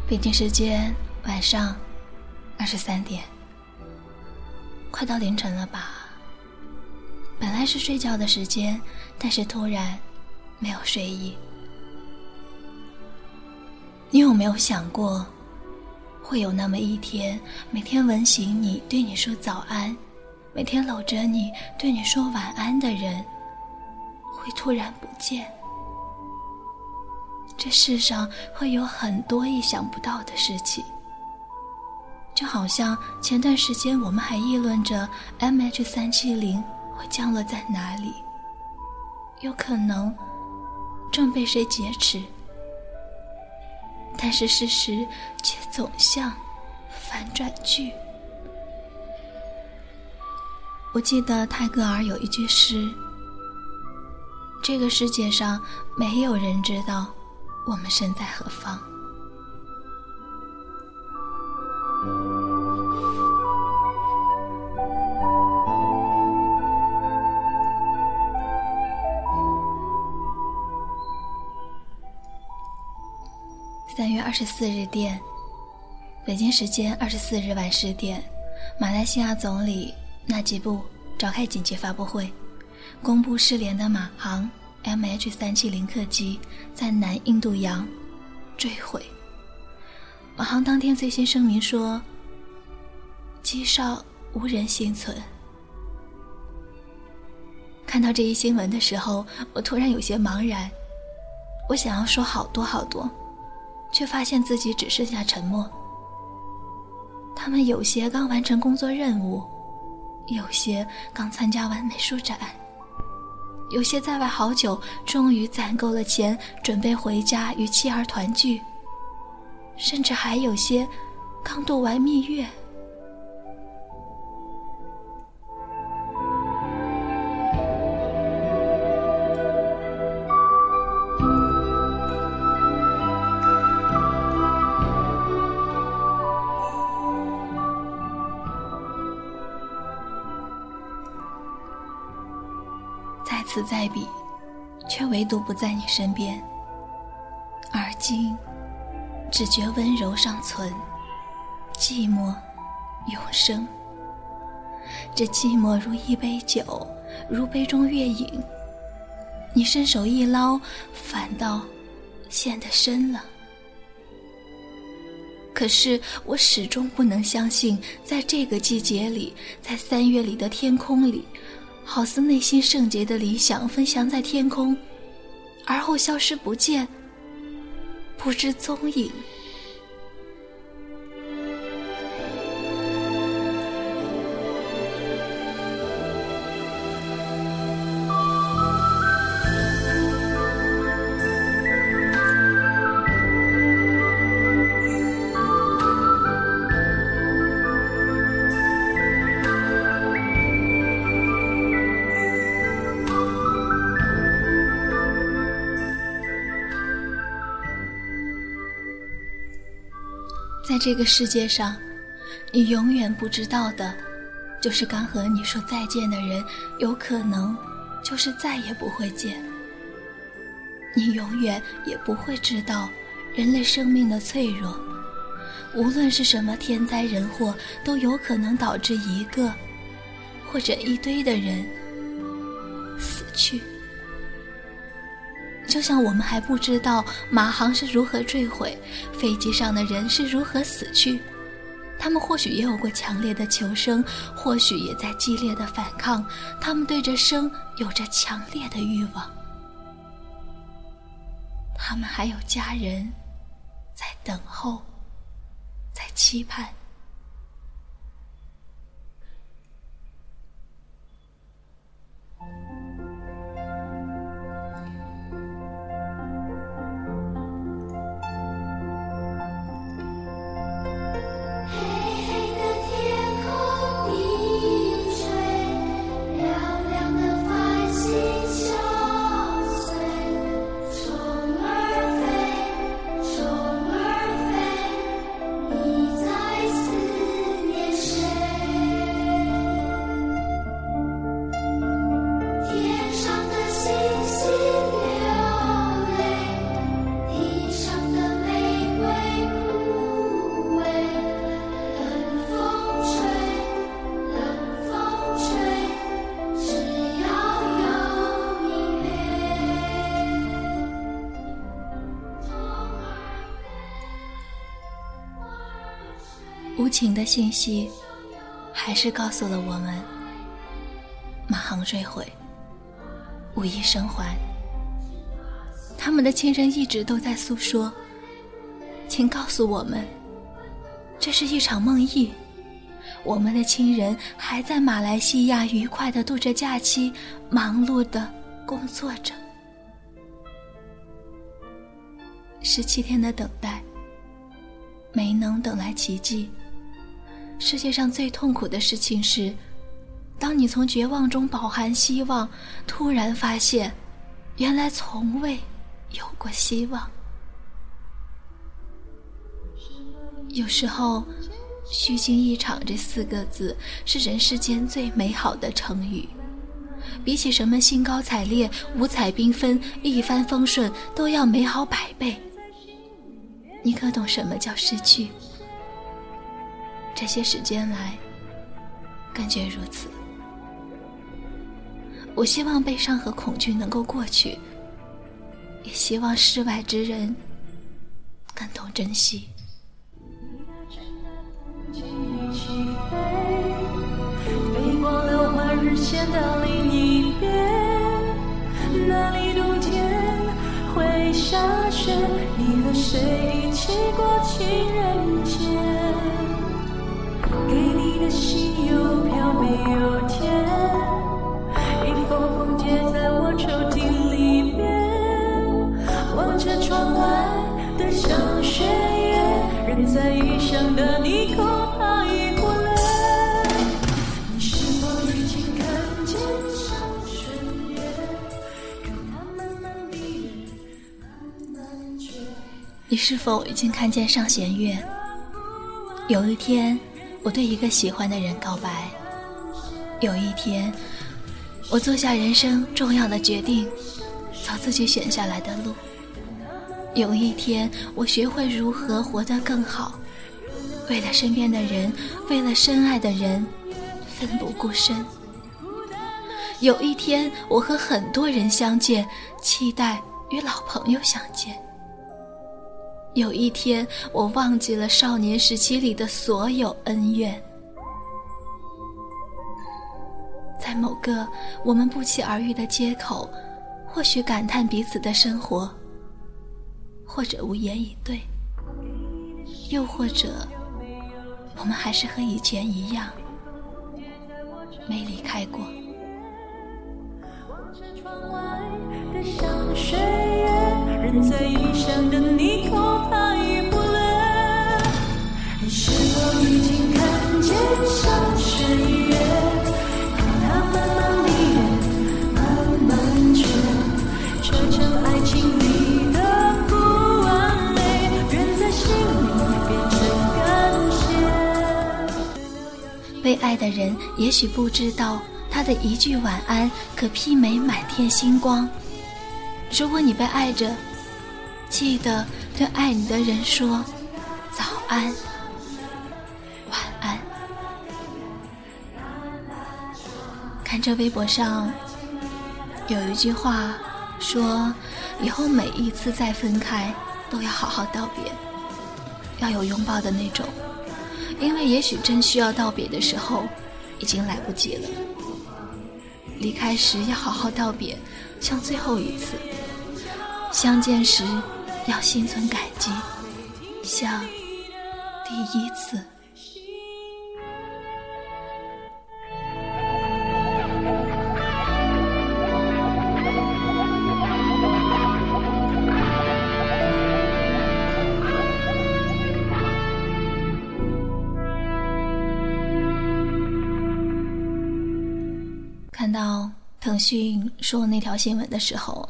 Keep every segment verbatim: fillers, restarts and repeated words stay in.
北京时间晚上二十三点，快到凌晨了吧？本来是睡觉的时间，但是突然没有睡意。你有没有想过，会有那么一天，每天吻醒你，对你说早安，每天搂着你，对你说晚安的人，会突然不见。这世上会有很多意想不到的事情，就好像前段时间我们还议论着 M H 三七零 会降落在哪里，有可能正被谁劫持，但是事实却总像反转剧。我记得泰戈尔有一句诗，这个世界上没有人知道我们身在何方。三月二十四日电，北京时间二十四日晚十点，马来西亚总理纳吉布召开紧急发布会，公布失联的马航 M H 三七零 客机在南印度洋坠毁。马航当天最新声明说，机上无人幸存。看到这一新闻的时候，我突然有些茫然，我想要说好多好多，却发现自己只剩下沉默。他们有些刚完成工作任务，有些刚参加完美术展，有些在外好久，终于攒够了钱，准备回家与妻儿团聚，甚至还有些刚度完蜜月。再次再比，却唯独不在你身边，而今只觉温柔尚存，寂寞永生。这寂寞如一杯酒，如杯中月影，你伸手一捞，反倒陷得深了。可是我始终不能相信，在这个季节里，在三月里的天空里，好似内心圣洁的理想飞翔在天空，而后消失不见，不知踪影。在这个世界上，你永远不知道的，就是刚和你说再见的人，有可能就是再也不会见。你永远也不会知道人类生命的脆弱，无论是什么天灾人祸，都有可能导致一个或者一堆的人死去。就像我们还不知道马航是如何坠毁，飞机上的人是如何死去，他们或许也有过强烈的求生，或许也在激烈的反抗，他们对着生有着强烈的欲望，他们还有家人在等候，在期盼。 虫儿飞，虫儿飞，你在。 无情的信息还是告诉了我们，马航坠毁，无一生还。他们的亲人一直都在诉说，请告诉我们，这是一场梦呓，我们的亲人还在马来西亚愉快地度着假期，忙碌地工作着。十七天的等待没能等来奇迹。世界上最痛苦的事情是，当你从绝望中饱含希望，突然发现原来从未有过希望。有时候虚惊一场这四个字是人世间最美好的成语，比起什么兴高采烈、五彩缤纷、一帆风顺都要美好百倍。你可懂什么叫失去？这些时间来感觉如此。我希望悲伤和恐惧能够过去，也希望世外之人更懂珍惜。 飞过了换日线的另一边，那里冬天会下雪，你和谁一起过情人节？给你的信有飘没有甜，一封封贴在我抽屉里面，望着窗外的像雪月，人在异乡的你恐怕已忽略。你是否已经看见上弦月，看它慢慢闭眼，慢慢觉。 你是否已经看见上弦月？有一天我对一个喜欢的人告白，有一天我做下人生重要的决定，走自己选下来的路，有一天我学会如何活得更好，为了身边的人，为了深爱的人奋不顾身。有一天我和很多人相见，期待与老朋友相见。有一天我忘记了少年时期里的所有恩怨，在某个我们不期而遇的街口，或许感叹彼此的生活，或者无言以对，又或者我们还是和以前一样没离开过。 望着窗外的像雪月，人在异乡的你恐怕已忽略。你是否已经看见像雪月，看它慢慢闭眼，慢慢觉，车成爱情里的不完美，愿在心里变成感谢。 被爱的人也许不知道，他的一句晚安可媲美满天星光。如果你被爱着，记得对爱你的人说早安晚安。看着微博上有一句话说，以后每一次再分开都要好好道别，要有拥抱的那种，因为也许真需要道别的时候已经来不及了。离开时要好好道别，像最后一次；相见时要心存感激，像第一次。看到腾讯说那条新闻的时候，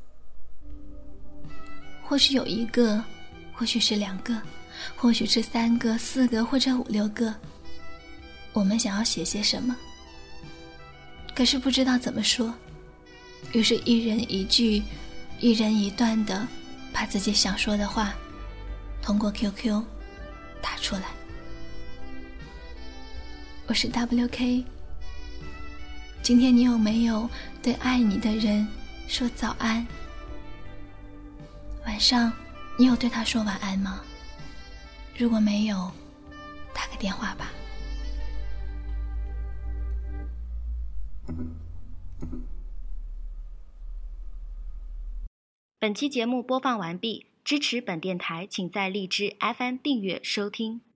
或许有一个，或许是两个，或许是三个、四个或者五六个，我们想要写些什么，可是不知道怎么说，于是一人一句，一人一段的把自己想说的话通过 Q Q 打出来。我是 W K，今天你有没有对爱你的人说早安？晚上你有对他说晚安吗？如果没有， 打个电话吧。 本期节目播放完毕，支持本电台请在荔枝 F M 订阅收听。